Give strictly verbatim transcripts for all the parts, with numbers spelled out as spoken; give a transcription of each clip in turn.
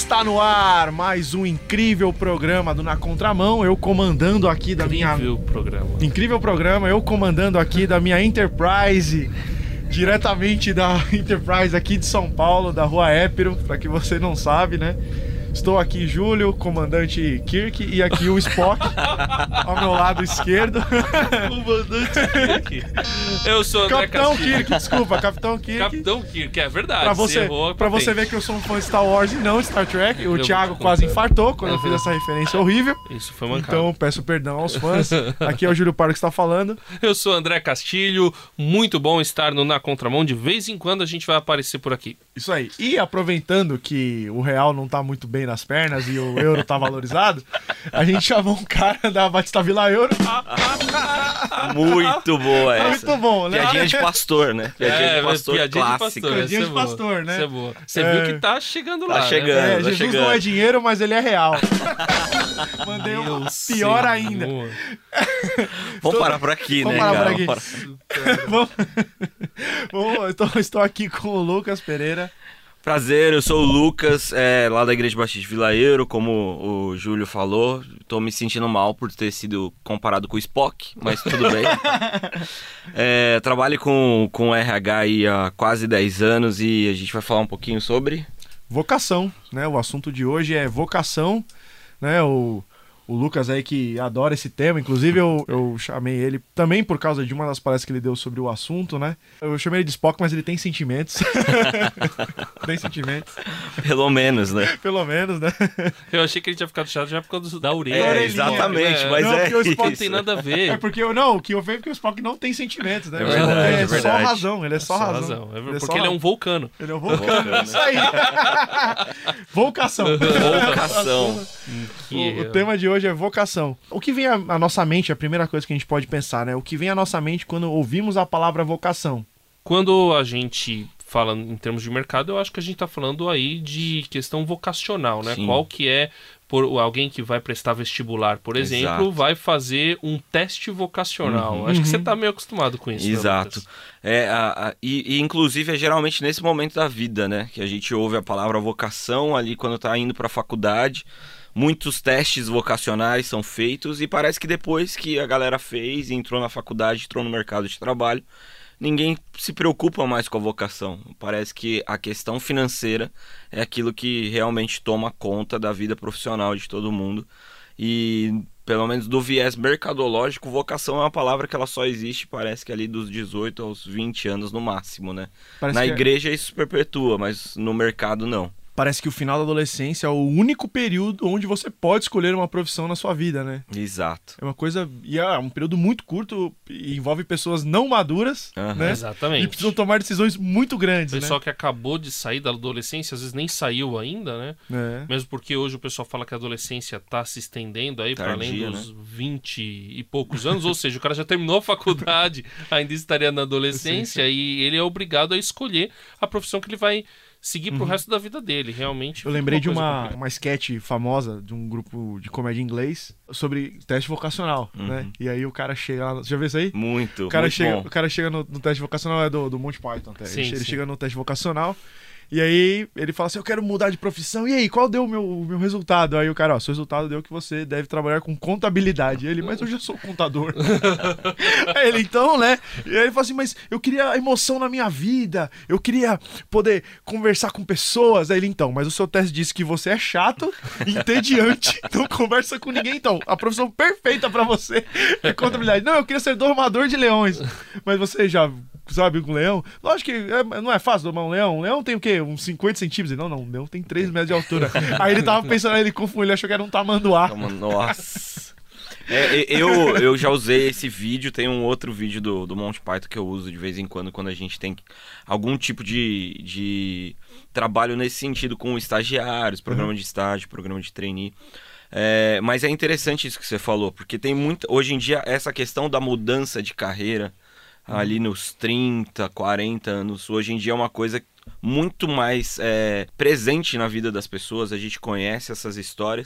Está no ar mais um incrível programa do Na Contramão, eu comandando aqui da minha... Incrível programa. Incrível programa, eu comandando aqui da minha Enterprise, diretamente da Enterprise aqui de São Paulo, da Rua Épiro, para que você não sabe, né? Estou aqui, Júlio, comandante Kirk, e aqui o Spock, ao meu lado esquerdo. Comandante Kirk. Eu sou o André Capitão Castilho. Kirk, desculpa, Capitão Kirk. Capitão Kirk, é verdade. Pra você, errou, pra você ver que eu sou um fã de Star Wars e não Star Trek. O Thiago quase infartou quando eu fiz essa referência horrível. Isso foi mancado. Então peço perdão aos fãs. Aqui é o Júlio Pardo que está falando. Eu sou o André Castilho. Muito bom estar no Na Contramão. De vez em quando a gente vai aparecer por aqui. Isso aí. E aproveitando que o real não tá muito bem nas pernas e o euro tá valorizado, a gente chamou um cara da Batista Vila Euro. Muito boa essa. Muito bom, né? Piadinha de pastor, né? Piadinha É, de pastor piadinha de clássica. pastor. Piadinha Essa de é pastor, boa. né? Essa é boa. Você É. viu que tá chegando Tá lá, chegando. né? É, tá Jesus chegando. não é dinheiro, mas ele é real. Mandei um Meu pior Senhor. ainda. Vamos parar por aqui, Vamos né, parar cara? por aqui. Vamos parar. Vamos- Vamos- então, estou aqui com o Lucas Pereira. Prazer, eu sou o Lucas, é, lá da Igreja Batista de Vila Euro, como o Júlio falou. Tô me sentindo mal por ter sido comparado com o Spock, mas tudo bem. É, trabalho com, com R H aí há quase dez anos e a gente vai falar um pouquinho sobre... Vocação, né? O assunto de hoje é vocação, né? O, o Lucas aí que adora esse tema, inclusive eu, eu chamei ele também por causa de uma das palestras que ele deu sobre o assunto, né? Eu chamei ele de Spock, mas ele tem sentimentos. Tem sentimentos, Pelo menos, né? pelo menos, né? Eu achei que ele tinha ficado chato já por causa da orelha. É, orelhinha, exatamente, né? mas Não, é porque o Spock Não isso. tem nada a ver. É porque eu não, o que eu vejo é que o Spock não tem sentimentos, né? É verdade, é é só verdade. razão, ele é só, Só razão. razão. É Ele é porque só ele é um razão. vulcano. Ele é um vulcano, Vulcano. isso aí. Vocação. Vocação. O, o tema de hoje é vocação. O que vem à à nossa mente, a primeira coisa que a gente pode pensar, né? O que vem à nossa mente quando ouvimos a palavra vocação? Quando a gente fala em termos de mercado, eu acho que a gente está falando aí de questão vocacional, né? Sim. Qual que é, por alguém que vai prestar vestibular, por exemplo, Exato. vai fazer um teste vocacional. Uhum. Acho que você está meio acostumado com isso. né, Exato. Lucas? É, a, a- e, e inclusive é geralmente nesse momento da vida, né? Que a gente ouve a palavra vocação ali quando tá indo pra faculdade. Muitos testes vocacionais são feitos e parece que depois que a galera fez e entrou na faculdade, entrou no mercado de trabalho, ninguém se preocupa mais com a vocação. Parece que a questão financeira é aquilo que realmente toma conta da vida profissional de todo mundo. E, pelo menos do viés mercadológico, vocação é uma palavra que ela só existe, parece que ali dos dezoito aos vinte anos no máximo, né? Parece Na que, igreja isso se perpetua, mas no mercado não. parece que o final da adolescência é o único período onde você pode escolher uma profissão na sua vida, né? Exato. É uma coisa... E é um período muito curto e envolve pessoas não maduras, Aham. né? Exatamente. E precisam tomar decisões muito grandes, O pessoal né? que acabou de sair da adolescência, às vezes nem saiu ainda, né? É. Mesmo porque hoje o pessoal fala que a adolescência tá se estendendo aí para além Tardia, dos vinte e poucos anos, ou seja, o cara já terminou a faculdade, ainda estaria na adolescência Sim, e ele é obrigado a escolher a profissão que ele vai seguir pro resto da vida dele, realmente. Eu fica lembrei de coisa uma, complicada. uma sketch famosa de um grupo de comédia inglês sobre teste vocacional, né? E aí o cara chega lá... Você já viu isso aí? Muito, O cara muito chega, bom. o cara chega no, no teste vocacional, é do, do Monty Python até. Sim, ele, ele sim. chega no teste vocacional e aí ele fala assim, eu quero mudar de profissão. E aí, qual deu o meu, o meu resultado? Aí o cara, ó, seu resultado deu que você deve trabalhar com contabilidade. Ele, mas eu já sou contador. Aí ele, então, né? E aí ele fala assim, mas eu queria emoção na minha vida, eu queria poder conversar com pessoas. Aí ele, então, mas o seu teste disse que você é chato, entediante, não conversa com ninguém. Então, a profissão perfeita pra você é contabilidade. Não, eu queria ser domador de leões. Mas você já sabe com um leão? Lógico que é- não é fácil domar um leão. Um leão tem o quê? Uns cinquenta centímetros? Ele, não, não, um leão tem três metros de altura. Aí ele tava pensando, aí ele confundiu, ele achou que era um tamanduá. Toma- Nossa. É, e- eu, eu já usei esse vídeo, tem um outro vídeo do, do Monty Python que eu uso de vez em quando, quando a gente tem algum tipo de, de trabalho nesse sentido com estagiários, programa de estágio, programa de trainee. É, mas é interessante isso que você falou, porque tem muita... Hoje em dia, essa questão da mudança de carreira, ali nos trinta, quarenta anos, hoje em dia é uma coisa muito mais é, presente na vida das pessoas, a gente conhece essas histórias,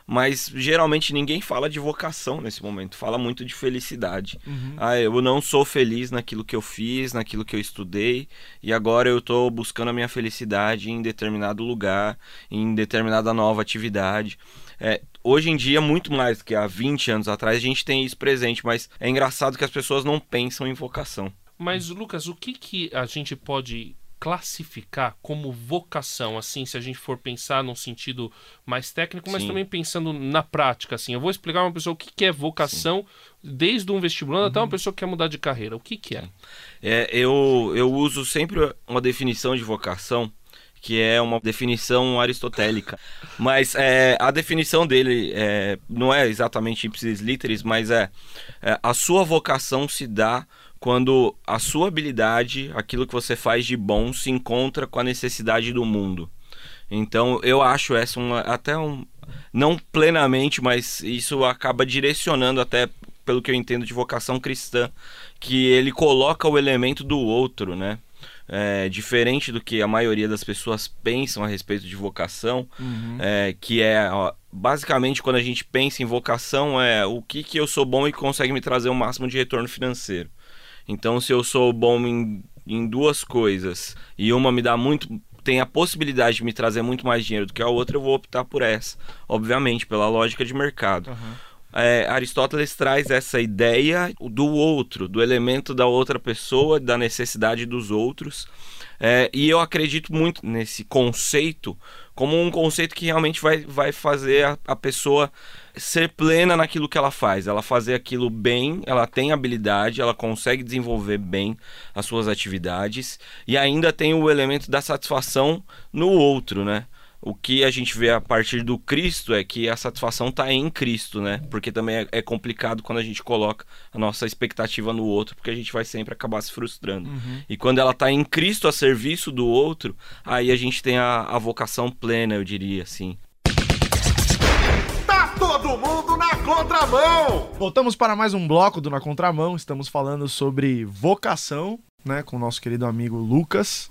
mas geralmente ninguém fala de vocação nesse momento, fala muito de felicidade. Uhum. Ah, eu não sou feliz naquilo que eu fiz, naquilo que eu estudei, e agora eu estou buscando a minha felicidade em determinado lugar, em determinada nova atividade. É, hoje em dia, muito mais do que há vinte anos atrás, a gente tem isso presente, mas é engraçado que as pessoas não pensam em vocação. Mas, Lucas, o que, que a gente pode classificar como vocação, assim, se a gente for pensar num sentido mais técnico, mas Sim. também pensando na prática, assim. Eu vou explicar uma pessoa o que, que é vocação, Sim. desde um vestibulando uhum. até uma pessoa que quer mudar de carreira. O que, que é? é eu, eu uso sempre uma definição de vocação, que é uma definição aristotélica. Mas é, a definição dele é, não é exatamente ipsis literis, mas é, é a sua vocação se dá quando a sua habilidade, aquilo que você faz de bom, se encontra com a necessidade do mundo. Então eu acho essa uma, até um... não plenamente, mas isso acaba direcionando até, pelo que eu entendo, de vocação cristã, que ele coloca o elemento do outro, né? É, diferente do que a maioria das pessoas pensam a respeito de vocação, uhum. é, que é, ó, basicamente, quando a gente pensa em vocação, é o que, que eu sou bom e consegue me trazer o máximo de retorno financeiro. Então, se eu sou bom em, em duas coisas e uma me dá muito, tem a possibilidade de me trazer muito mais dinheiro do que a outra, eu vou optar por essa, obviamente, pela lógica de mercado. Uhum. É, Aristóteles traz essa ideia do outro, do elemento da outra pessoa, da necessidade dos outros. É, e eu acredito muito nesse conceito como um conceito que realmente vai, vai fazer a, a pessoa ser plena naquilo que ela faz. Ela fazer aquilo bem, ela tem habilidade, ela consegue desenvolver bem as suas atividades e ainda tem o elemento da satisfação no outro, né? O que a gente vê a partir do Cristo é que a satisfação está em Cristo, né? Porque também é, é complicado quando a gente coloca a nossa expectativa no outro, porque a gente vai sempre acabar se frustrando. Uhum. E quando ela está em Cristo a serviço do outro, aí a gente tem a, a vocação plena, eu diria assim. Tá todo mundo na contramão! Voltamos para mais um bloco do Na Contramão. Estamos falando sobre vocação, né? Com o nosso querido amigo Lucas.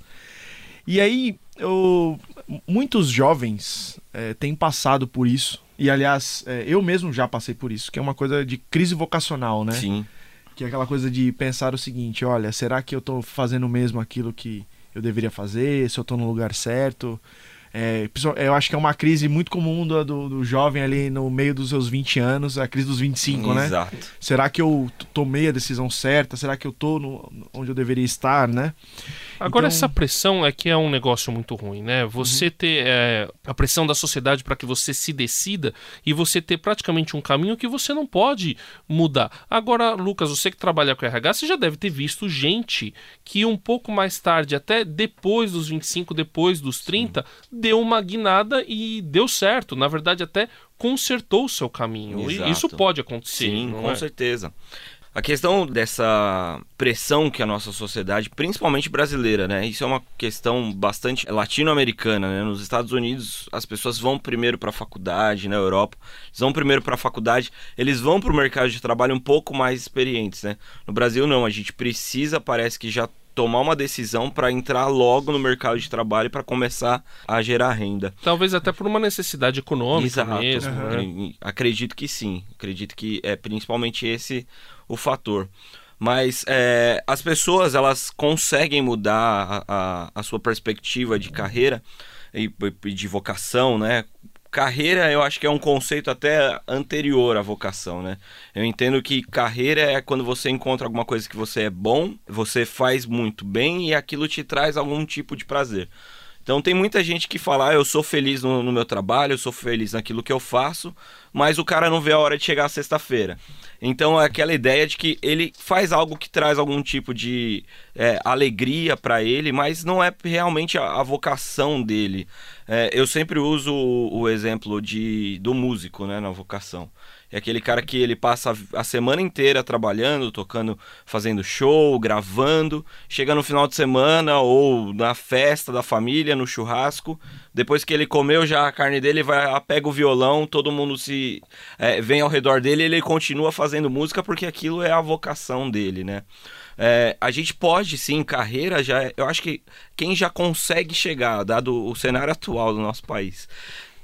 E aí, eu, muitos jovens é, têm passado por isso. E, aliás, é, eu mesmo já passei por isso, que é uma coisa de crise vocacional, né? Sim. Que é aquela coisa de pensar o seguinte, olha, será que eu tô fazendo mesmo aquilo que eu deveria fazer? Se eu tô no lugar certo? É, eu acho que é uma crise muito comum do, do, do jovem ali no meio dos seus vinte anos, a crise dos vinte e cinco, né? Exato. Será que eu tomei a decisão certa? Será que eu tô no, onde eu deveria estar, né? Agora, então... essa pressão é que é um negócio muito ruim, né? Você uhum. ter é, a pressão da sociedade para que você se decida e você ter praticamente um caminho que você não pode mudar. Agora, Lucas, você que trabalha com R H, você já deve ter visto gente que um pouco mais tarde, até depois dos vinte e cinco, depois dos trinta, Sim. deu uma guinada e deu certo. Na verdade, até consertou o seu caminho. Exato. E isso pode acontecer. Sim, com é? certeza. A questão dessa pressão que a nossa sociedade, principalmente brasileira, né? Isso é uma questão bastante latino-americana, né? Nos Estados Unidos, as pessoas vão primeiro para a faculdade, na Europa, eles vão primeiro para a faculdade, eles vão para o mercado de trabalho um pouco mais experientes, né? No Brasil, não. A gente precisa, parece que já tomar uma decisão para entrar logo no mercado de trabalho para começar a gerar renda. Talvez até por uma necessidade econômica. Exato. Mesmo. Uhum. Acredito que sim. Acredito que é principalmente esse o fator. Mas é, as pessoas, elas conseguem mudar a, a, a sua perspectiva de carreira e, e de vocação, né? Carreira, eu acho que é um conceito até anterior à vocação, né? Eu entendo que carreira é quando você encontra alguma coisa que você é bom, você faz muito bem e aquilo te traz algum tipo de prazer. Então tem muita gente que fala, ah, eu sou feliz no, no meu trabalho, eu sou feliz naquilo que eu faço, mas o cara não vê a hora de chegar a sexta-feira. Então é aquela ideia de que ele faz algo que traz algum tipo de é, alegria para ele, mas não é realmente a, a vocação dele. É, eu sempre uso o, o exemplo de, do músico, né, na vocação. É aquele cara que ele passa a semana inteira trabalhando, tocando, fazendo show, gravando. Chega no final de semana ou na festa da família, no churrasco. Depois que ele comeu já a carne dele, vai, pega o violão, todo mundo se é, vem ao redor dele e ele continua fazendo música porque aquilo é a vocação dele, né? É, a gente pode, sim, carreira, já, eu acho que quem já consegue chegar, dado o cenário atual do nosso país,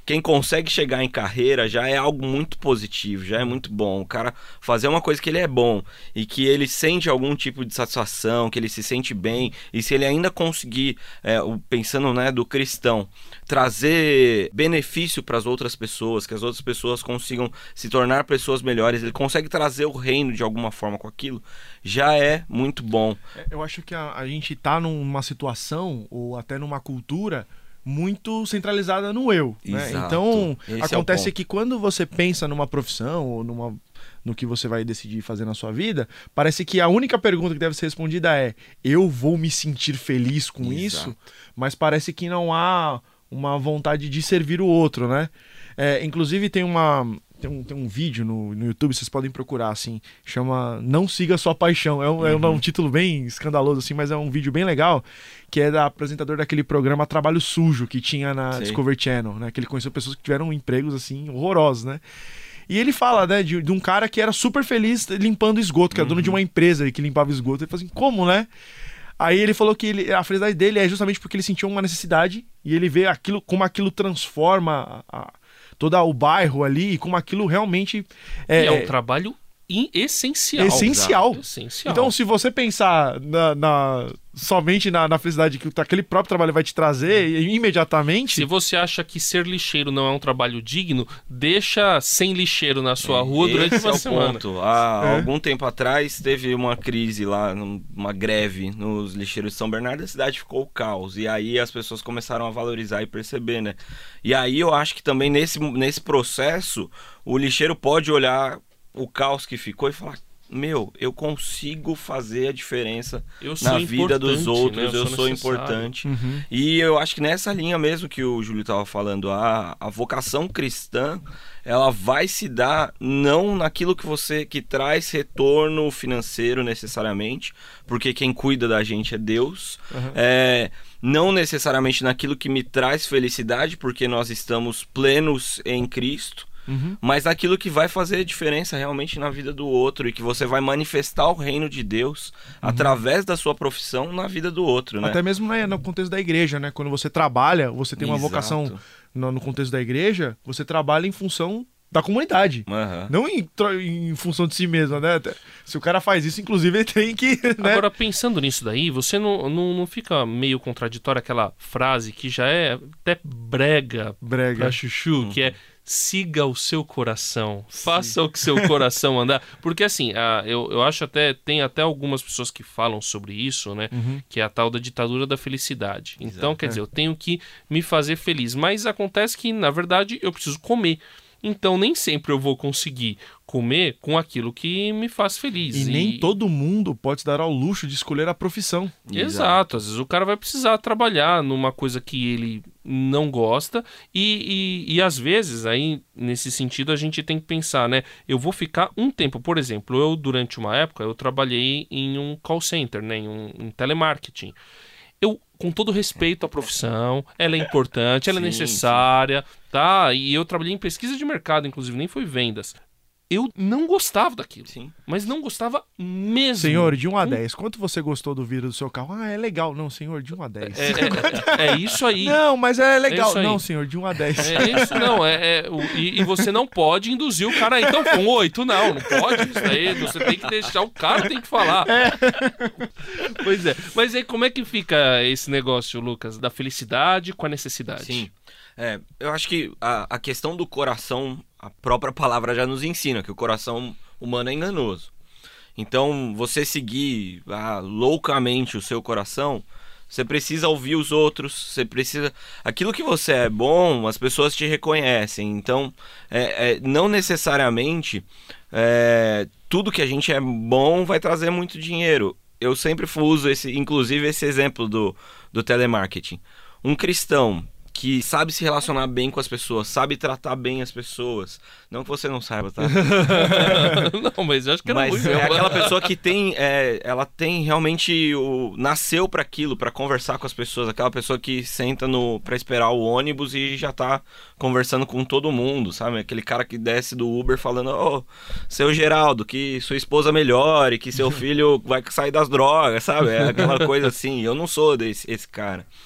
quem consegue chegar em carreira já é algo muito positivo, já é muito bom. O cara fazer uma coisa que ele é bom e que ele sente algum tipo de satisfação, que ele se sente bem, e se ele ainda conseguir, é, pensando, né, do cristão, trazer benefício para as outras pessoas, que as outras pessoas consigam se tornar pessoas melhores, ele consegue trazer o reino de alguma forma com aquilo, já é muito bom. Eu acho que a, a gente tá numa situação, ou até numa cultura, muito centralizada no eu, né? Exato. Então, Esse acontece é o ponto. que quando você pensa numa profissão ou numa, no que você vai decidir fazer na sua vida, parece que a única pergunta que deve ser respondida é: eu vou me sentir feliz com Exato. isso? Mas parece que não há uma vontade de servir o outro, né? É, inclusive tem uma... Tem um, tem um vídeo no, no YouTube, vocês podem procurar, assim, chama Não Siga Sua Paixão. É um, é um título bem escandaloso, assim, mas é um vídeo bem legal, que é da apresentador daquele programa Trabalho Sujo, que tinha na Sei. Discovery Channel, né? Que ele conheceu pessoas que tiveram empregos, assim, horrorosos, né? E ele fala, né, de, de um cara que era super feliz limpando esgoto, que era dono de uma empresa que limpava esgoto. Ele falou assim, como, né? Aí ele falou que ele, a felicidade dele é justamente porque ele sentiu uma necessidade e ele vê aquilo, como aquilo transforma a, a, todo o bairro ali e como aquilo realmente é, E é um trabalho in- essencial. essencial. Essencial. Então, se você pensar na, na- somente na, na felicidade que aquele próprio trabalho vai te trazer e- imediatamente... Se você acha que ser lixeiro não é um trabalho digno, deixa sem lixeiro na sua rua durante Esse uma é o semana. ponto. Há É. algum tempo atrás teve uma crise lá, num- uma greve nos lixeiros de São Bernardo, a cidade ficou caos. E aí as pessoas começaram a valorizar e perceber, né? E aí eu acho que também nesse, nesse processo, o lixeiro pode olhar o caos que ficou e falar: meu, eu consigo fazer a diferença Eu sou na vida dos importante, outros, né? eu, Eu sou, sou necessário. importante. Uhum. E eu acho que nessa linha mesmo que o Júlio estava falando, a, a vocação cristã, ela vai se dar não naquilo que você que traz retorno financeiro necessariamente, porque quem cuida da gente é Deus. Uhum. É, não necessariamente naquilo que me traz felicidade, porque nós estamos plenos em Cristo. Uhum. Mas naquilo que vai fazer diferença realmente na vida do outro e que você vai manifestar o reino de Deus através da sua profissão na vida do outro, né? Até mesmo né, no contexto da igreja, né? Quando você trabalha, você tem uma Exato. vocação no, no contexto da igreja, você trabalha em função da comunidade. Aham. Não em, tro- em função de si mesmo, né? Se o cara faz isso, inclusive, ele tem que... Né? Agora, pensando nisso daí, você não, não, não fica meio contraditória aquela frase que já é até brega Brega. pra chuchu, que é siga o seu coração, faça o que seu coração andar. Porque assim, a, eu, eu acho até, tem até algumas pessoas que falam sobre isso, né? Uhum. Que é a tal da ditadura da felicidade. Então, Exato. quer dizer, eu tenho que me fazer feliz. Mas acontece que, na verdade, eu preciso comer. Então, nem sempre eu vou conseguir comer com aquilo que me faz feliz. E nem todo mundo pode se dar ao luxo de escolher a profissão. Exato, às vezes o cara vai precisar trabalhar numa coisa que ele não gosta e, e, e às vezes aí nesse sentido a gente tem que pensar, né? Eu vou ficar um tempo, por exemplo, eu durante uma época eu trabalhei em um call center, né? Em um em telemarketing. Eu, com todo respeito à profissão, ela é importante, ela é Sim, necessária, tá? E eu trabalhei em pesquisa de mercado, inclusive, nem foi vendas. Eu não gostava daquilo, Sim. mas não gostava mesmo. Senhor, de um a Com dez, quanto você gostou do vidro do seu carro? Ah, é legal. Não, senhor, de um a dez. É, é, é isso aí. Não, mas é legal. isso aí. Não, senhor, de um a dez. É isso, não. É, é, o- e, e você não pode induzir o cara, então, com oito, não, não pode. Isso aí, você tem que deixar o cara, tem que falar. Pois é. Mas aí, como é que fica esse negócio, Lucas, da felicidade com a necessidade? Sim. É, eu acho que a, a questão do coração, a própria palavra já nos ensina que o coração humano é enganoso. Então, você seguir ah, loucamente o seu coração, você precisa ouvir os outros, você precisa... Aquilo que você é bom, as pessoas te reconhecem. Então, é, é, não necessariamente é, tudo que a gente é bom vai trazer muito dinheiro. Eu sempre uso, esse, inclusive, esse exemplo do, do telemarketing. Um cristão que sabe se relacionar bem com as pessoas, sabe tratar bem as pessoas. Não que você não saiba, tá? Não, mas eu acho que era Mas muito. é aquela pessoa que tem, é, ela tem realmente o nasceu para aquilo, para conversar com as pessoas, aquela pessoa que senta no para esperar o ônibus e já tá conversando com todo mundo, sabe? Aquele cara que desce do Uber falando: "Ô, seu Geraldo, que sua esposa melhore, que seu filho vai sair das drogas", sabe? É aquela coisa assim. Eu não sou desse esse cara.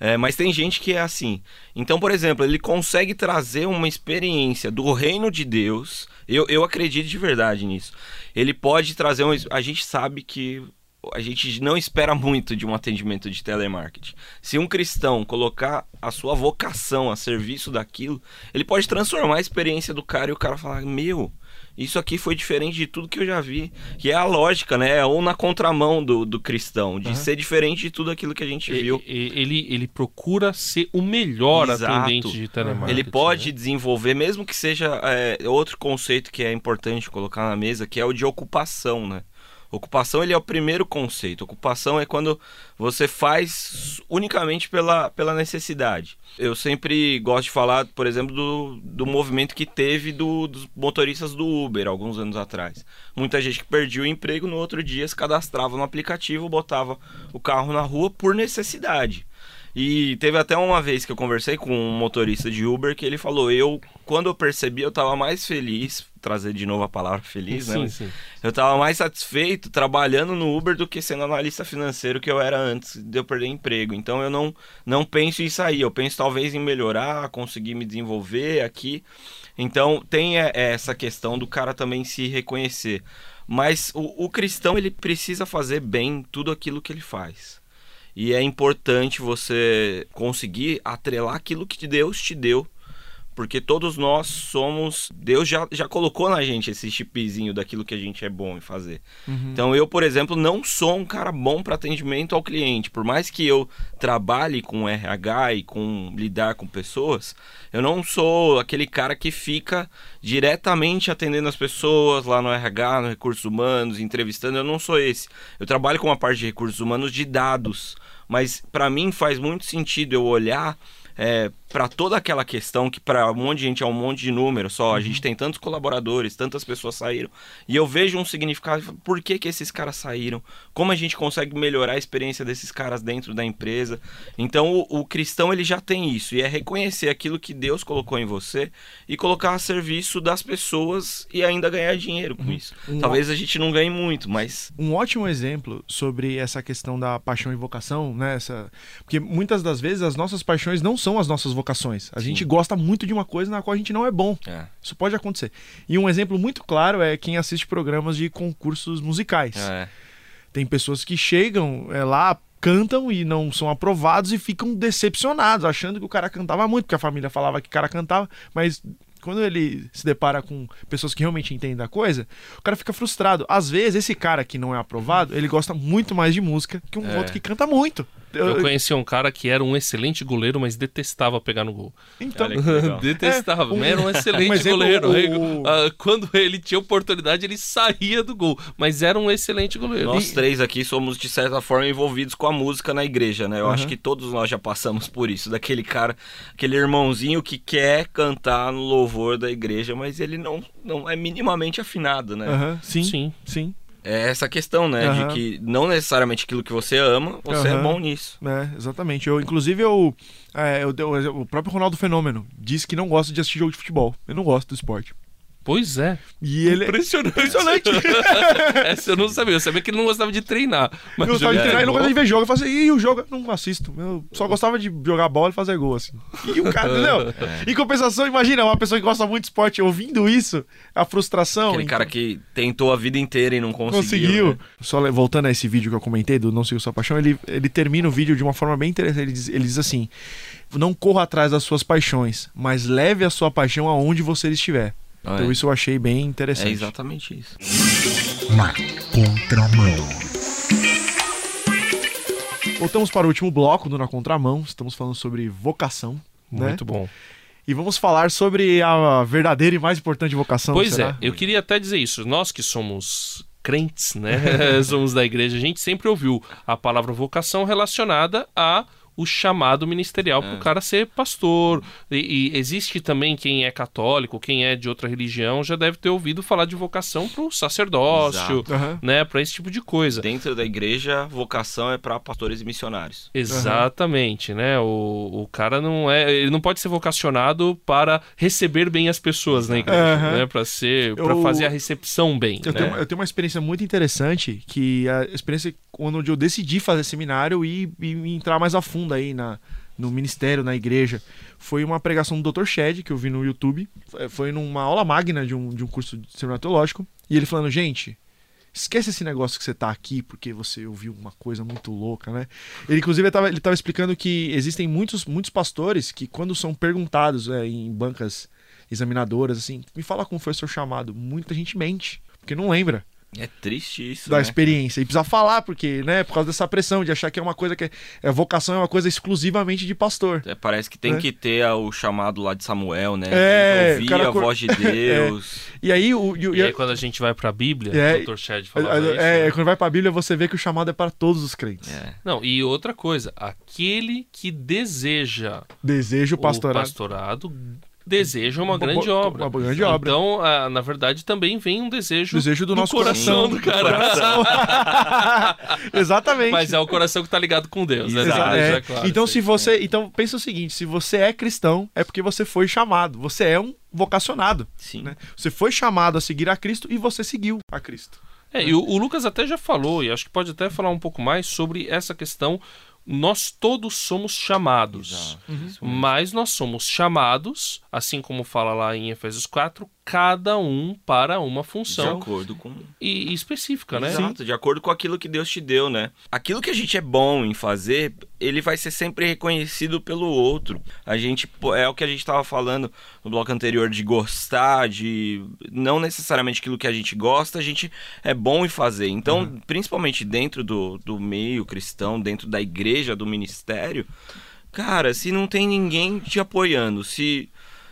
É, mas tem gente que é assim. Então, por exemplo, ele consegue trazer uma experiência do reino de Deus. Eu, eu acredito de verdade nisso. Ele pode trazer uma... A gente sabe que a gente não espera muito de um atendimento de telemarketing. Se um cristão colocar a sua vocação a serviço daquilo, ele pode transformar a experiência do cara e o cara falar, meu... Isso aqui foi diferente de tudo que eu já vi. Que é a lógica, né? Ou na contramão do, do cristão, de uhum. ser diferente de tudo aquilo que a gente viu. Ele, ele procura ser o melhor Exato. atendente de telemarketing. Ele pode né? desenvolver, mesmo que seja é, outro conceito que é importante colocar na mesa, que é o de ocupação, né? Ocupação, ele é o primeiro conceito. Ocupação é quando você faz unicamente pela, pela necessidade. Eu sempre gosto de falar, por exemplo, do, do movimento que teve do, dos motoristas do Uber, alguns anos atrás. Muita gente que perdia o emprego, no outro dia se cadastrava no aplicativo, botava o carro na rua por necessidade. E teve até uma vez que eu conversei com um motorista de Uber que ele falou, eu, quando eu percebi, eu estava mais feliz, trazer de novo a palavra feliz, sim, né? Sim. Eu estava mais satisfeito trabalhando no Uber do que sendo analista financeiro que eu era antes de eu perder emprego. Então eu não, não penso em sair, eu penso talvez em melhorar, conseguir me desenvolver aqui. Então tem essa questão do cara também se reconhecer. Mas o, o cristão, ele precisa fazer bem tudo aquilo que ele faz. E é importante você conseguir atrelar aquilo que Deus te deu. Porque todos nós somos... Deus já, já colocou na gente esse chipzinho daquilo que a gente é bom em fazer. Uhum. Então eu, por exemplo, não sou um cara bom para atendimento ao cliente. Por mais que eu trabalhe com R H e com lidar com pessoas, eu não sou aquele cara que fica diretamente atendendo as pessoas lá no R H, no Recursos Humanos, entrevistando. Eu não sou esse. Eu trabalho com uma parte de Recursos Humanos de dados. Mas para mim faz muito sentido eu olhar... É, para toda aquela questão que para um monte de gente é um monte de número só, a uhum. gente tem tantos colaboradores, tantas pessoas saíram, e eu vejo um significado, por que que esses caras saíram, como a gente consegue melhorar a experiência desses caras dentro da empresa. Então o, o cristão, ele já tem isso, e é reconhecer aquilo que Deus colocou em você e colocar a serviço das pessoas e ainda ganhar dinheiro com uhum. isso. Um Talvez ó... a gente não ganhe muito, mas... Um ótimo exemplo sobre essa questão da paixão e vocação, né? Essa... Porque muitas das vezes as nossas paixões não são as nossas vocações. A Sim. gente gosta muito de uma coisa na qual a gente não é bom. É. Isso pode acontecer. E um exemplo muito claro é quem assiste programas de concursos musicais. É. Tem pessoas que chegam é, lá, cantam e não são aprovados e ficam decepcionados, achando que o cara cantava muito, porque a família falava que o cara cantava, mas... Quando ele se depara com pessoas que realmente entendem da coisa, o cara fica frustrado. Às vezes, esse cara que não é aprovado, ele gosta muito mais de música que um é. outro que canta muito. Eu, eu conheci um cara que era um excelente goleiro, mas detestava pegar no gol. Então, detestava, é, um, mas era um excelente um exemplo, goleiro. O, o... Quando ele tinha oportunidade, ele saía do gol, mas era um excelente goleiro. Nós e... três aqui somos, de certa forma, envolvidos com a música na igreja, né? Eu uhum. acho que todos nós já passamos por isso, daquele cara, aquele irmãozinho que quer cantar no louvor da igreja, mas ele não, não é minimamente afinado, né? Uhum. Sim, sim, sim. É essa questão, né? Uhum. De que não necessariamente aquilo que você ama, você uhum. é bom nisso. É, exatamente. Eu, inclusive, eu, é, eu, eu, o próprio Ronaldo Fenômeno disse que não gosta de assistir jogo de futebol. Eu não gosto do esporte. Pois é. E ele... Impressionante. Impressionante. Essa eu não sabia. Eu sabia que ele não gostava de treinar. Mas eu gostava de treinar e não gostava de ver jogo. Eu falei assim, e o jogo? Eu não assisto. Eu só gostava de jogar bola e fazer gol, assim. E o cara, entendeu? É. Em compensação, imagina, uma pessoa que gosta muito de esporte ouvindo isso, a frustração. Aquele então... cara que tentou a vida inteira e não conseguiu. Conseguiu. Né? Só voltando a esse vídeo que eu comentei, do Não Siga Sua Paixão, ele, ele termina o vídeo de uma forma bem interessante. Ele diz, ele diz assim, não corra atrás das suas paixões, mas leve a sua paixão aonde você estiver. Ah, então é. Isso eu achei bem interessante. É exatamente isso. Na contramão. Voltamos para o último bloco do Na Contramão. Estamos falando sobre vocação. Muito né? bom. E vamos falar sobre a verdadeira e mais importante vocação. Pois será? é, eu queria até dizer isso. Nós que somos crentes, né? Somos da igreja, a gente sempre ouviu a palavra vocação relacionada a o chamado ministerial é. para o cara ser pastor. E, e existe também quem é católico, quem é de outra religião, já deve ter ouvido falar de vocação para o sacerdócio, uhum. né, para esse tipo de coisa. Dentro da igreja, vocação é para pastores e missionários. Exatamente, uhum. né? O, o cara não é, ele não pode ser vocacionado para receber bem as pessoas na igreja, uhum. né, para ser, para fazer a recepção bem. Eu, né? tenho, eu tenho uma experiência muito interessante, que a experiência quando eu decidi fazer seminário e, e entrar mais a fundo aí na, no ministério, na igreja, foi uma pregação do doutor Shed, que eu vi no YouTube. Foi numa aula magna de um, de um curso de seminário teológico. E ele falando, gente, esquece esse negócio que você tá aqui porque você ouviu uma coisa muito louca, né? Ele, inclusive, ele tava, ele tava explicando que existem muitos, muitos pastores que, quando são perguntados é, em bancas examinadoras, assim, me fala como foi o seu chamado. Muita gente mente, porque não lembra. É triste isso, da né? experiência. E precisa falar, porque, né, por causa dessa pressão de achar que é uma coisa que é, é vocação é uma coisa exclusivamente de pastor. É, parece que tem É. que ter a- o chamado lá de Samuel, né? É, Tem o que cara ouvir a cor- voz de Deus. E aí, o, e o- E aí, quando a gente vai pra Bíblia, É, o doutor Shed falava isso. é, né? quando vai pra Bíblia, você vê que o chamado é para todos os crentes. É. Não, e outra coisa, aquele que deseja Desejo o pastorado. pastorado deseja uma Uma grande bo- obra. uma grande obra. Então, ah, na verdade, também vem um desejo, Desejo do nosso coração, coração. do cara. Exatamente. Mas é o coração que tá ligado com Deus, né? Exato. Deixa É. claro, Então, isso se aí. você, então pensa o seguinte: se você é cristão, é porque você foi chamado. Você é um vocacionado. Sim. Né? Você foi chamado a seguir a Cristo e você seguiu a Cristo. É, e o, o Lucas até já falou, e acho que pode até falar um pouco mais sobre essa questão. Nós todos somos chamados, Exato. Isso mesmo. mas nós somos chamados, assim como fala lá em Efésios quatro, cada um para uma De função acordo com... e, e específica, né? Exato, de acordo com aquilo que Deus te deu, né? Aquilo que a gente é bom em fazer, ele vai ser sempre reconhecido pelo outro. A gente, pô, é o que a gente estava falando no bloco anterior, de gostar, de... Não necessariamente aquilo que a gente gosta, a gente é bom em fazer. Então, Uhum. principalmente dentro do, do meio cristão, dentro da igreja, do ministério, cara, se não tem ninguém te apoiando, se...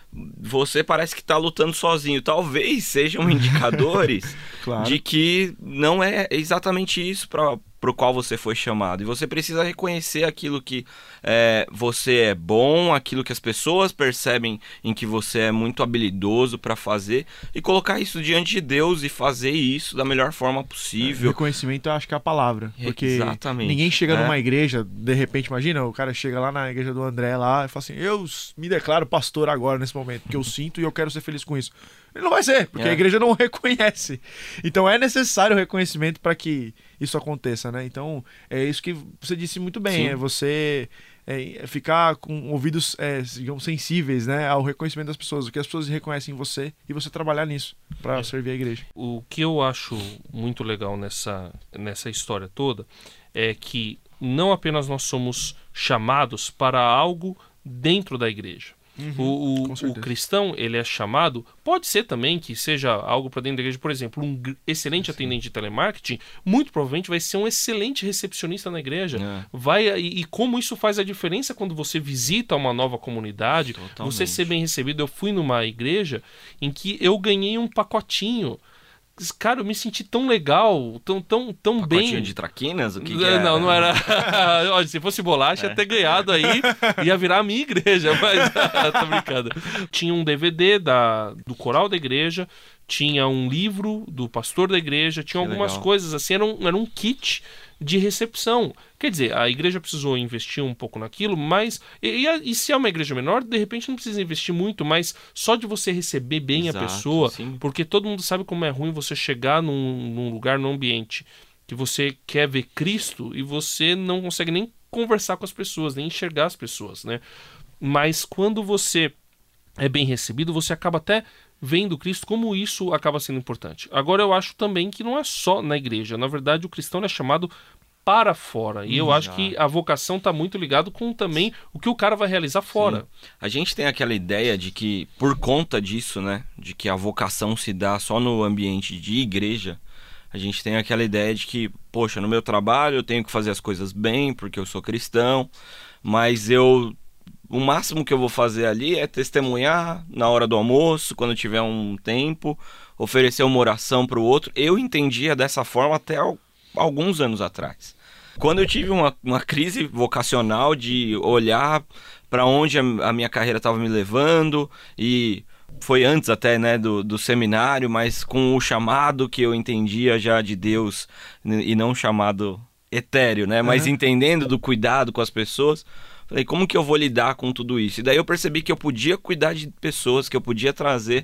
Você parece que tá lutando sozinho. Talvez sejam indicadores Claro. de que não é exatamente isso para o qual você foi chamado. E você precisa reconhecer aquilo que é, você é bom, aquilo que as pessoas percebem em que você é muito habilidoso para fazer, e colocar isso diante de Deus e fazer isso da melhor forma possível. Reconhecimento, eu acho que é a palavra. Porque Exatamente. ninguém chega É. numa igreja, de repente, imagina, o cara chega lá na igreja do André lá e fala assim, eu s- me declaro pastor agora, nesse momento, porque eu sinto e eu quero ser feliz com isso. Ele não vai ser, porque É. a igreja não o reconhece. Então é necessário o reconhecimento para que isso aconteça, né? Então é isso que você disse muito bem, Sim. é você é, ficar com ouvidos, é, digamos, sensíveis, né, ao reconhecimento das pessoas, o que as pessoas reconhecem em você, e você trabalhar nisso para servir a igreja. O que eu acho muito legal nessa, nessa história toda é que não apenas nós somos chamados para algo dentro da igreja. O, com o, certeza. o cristão, ele é chamado, pode ser também que seja algo para dentro da igreja, por exemplo, um gr- excelente atendente de telemarketing, muito provavelmente vai ser um excelente recepcionista na igreja. É. Vai, e, e como isso faz a diferença quando você visita uma nova comunidade, Totalmente. você ser bem recebido. Eu fui numa igreja em que eu ganhei um pacotinho. Cara, eu me senti tão legal, tão, tão, tão Pacotinho bem. de traquinas? O que, que não, era? não, não era. Olha, se fosse bolacha, ia ter ganhado aí, ia virar a minha igreja, mas tô brincando. Tinha um D V D da, do coral da igreja, tinha um livro do pastor da igreja, tinha Que algumas legal. coisas assim, era um, era um kit de recepção. Quer dizer, a igreja precisou investir um pouco naquilo, mas. E, e, a- e se é uma igreja menor, de repente não precisa investir muito, mas só de você receber bem Exato, a pessoa, sim. porque todo mundo sabe como é ruim você chegar num, num lugar, num ambiente que você quer ver Cristo e você não consegue nem conversar com as pessoas, nem enxergar as pessoas, né? Mas quando você é bem recebido, você acaba até vendo Cristo, como isso acaba sendo importante. Agora, eu acho também que não é só na igreja. Na verdade, o cristão é chamado para fora. E eu acho que a vocação está muito ligado com também o que o cara vai realizar fora. A gente tem aquela ideia de que, por conta disso, né, de que a vocação se dá só no ambiente de igreja, a gente tem aquela ideia de que, poxa, no meu trabalho eu tenho que fazer as coisas bem, porque eu sou cristão, mas eu... O máximo que eu vou fazer ali é testemunhar na hora do almoço, quando tiver um tempo, oferecer uma oração para o outro. Eu entendia dessa forma até al- alguns anos atrás. Quando eu tive uma, uma crise vocacional de olhar para onde a, a minha carreira estava me levando, e foi antes até, né, do, do seminário, mas com o chamado que eu entendia já de Deus, e não chamado etéreo, né, mas Uhum. entendendo do cuidado com as pessoas. Falei, como que eu vou lidar com tudo isso? E daí eu percebi que eu podia cuidar de pessoas, que eu podia trazer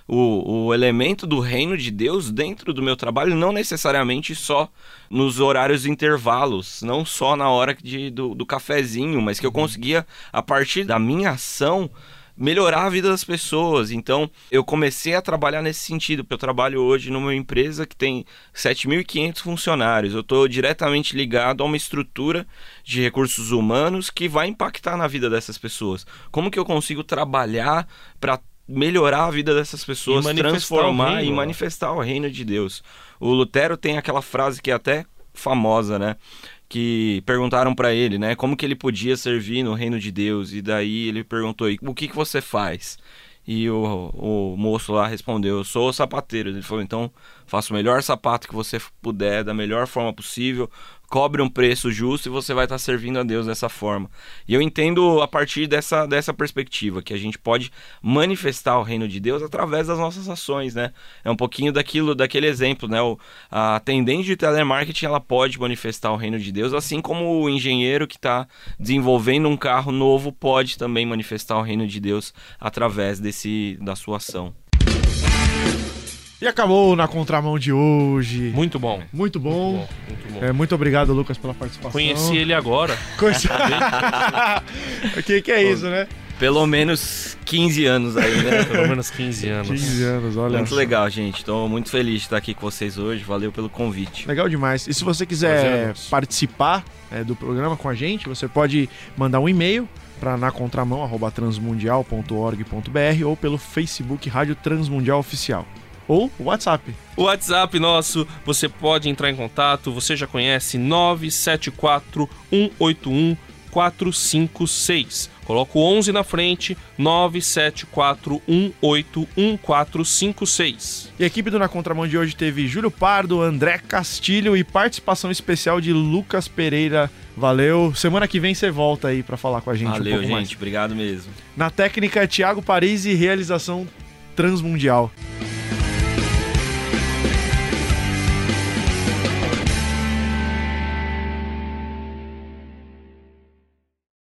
o, o elemento do reino de Deus dentro do meu trabalho, não necessariamente só nos horários de intervalos, não só na hora de, do, do cafezinho, mas que eu conseguia, a partir da minha ação, melhorar a vida das pessoas. Então eu comecei a trabalhar nesse sentido, porque eu trabalho hoje numa empresa que tem sete mil e quinhentos funcionários. Eu estou diretamente ligado a uma estrutura de recursos humanos que vai impactar na vida dessas pessoas. Como que eu consigo trabalhar para melhorar a vida dessas pessoas, transformar e manifestar o reino de Deus? O Lutero tem aquela frase que é até famosa, né? Que perguntaram para ele, né, como que ele podia servir no reino de Deus, e daí ele perguntou, o que que você faz? E o, o moço lá respondeu, eu sou sapateiro. Ele falou, então faça o melhor sapato que você puder, da melhor forma possível, cobre um preço justo e você vai estar servindo a Deus dessa forma. E eu entendo a partir dessa, dessa perspectiva, que a gente pode manifestar o reino de Deus através das nossas ações, né? É um pouquinho daquilo, daquele exemplo, né? O, a atendente de telemarketing, ela pode manifestar o reino de Deus, assim como o engenheiro que está desenvolvendo um carro novo pode também manifestar o reino de Deus através desse, da sua ação. E acabou Na Contramão de hoje. Muito bom. Muito bom. Muito bom, muito bom. É, muito obrigado, Lucas, pela participação. Conheci ele agora. Conheci... O que, que é isso, né? Pelo menos quinze anos aí, né? Pelo menos quinze anos. quinze anos, olha. Muito só. legal, gente. Estou muito feliz de estar aqui com vocês hoje. Valeu pelo convite. Legal demais. E se você quiser participar é, do programa com a gente, você pode mandar um e-mail para nacontramão arroba transmundial ponto org ponto br ou pelo Facebook Rádio Transmundial Oficial. Ou o WhatsApp. O WhatsApp nosso, você pode entrar em contato, você já conhece, nove sete quatro, um oito um, quatro cinco seis. Coloca o onze na frente, nove sete quatro, um oito um, quatro cinco seis. E a equipe do Na Contramão de hoje teve Júlio Pardo, André Castilho e participação especial de Lucas Pereira. Valeu. Semana que vem você volta aí para falar com a gente. Valeu, um pouco gente. mais. Obrigado mesmo. Na técnica, Thiago Paris e realização Transmundial.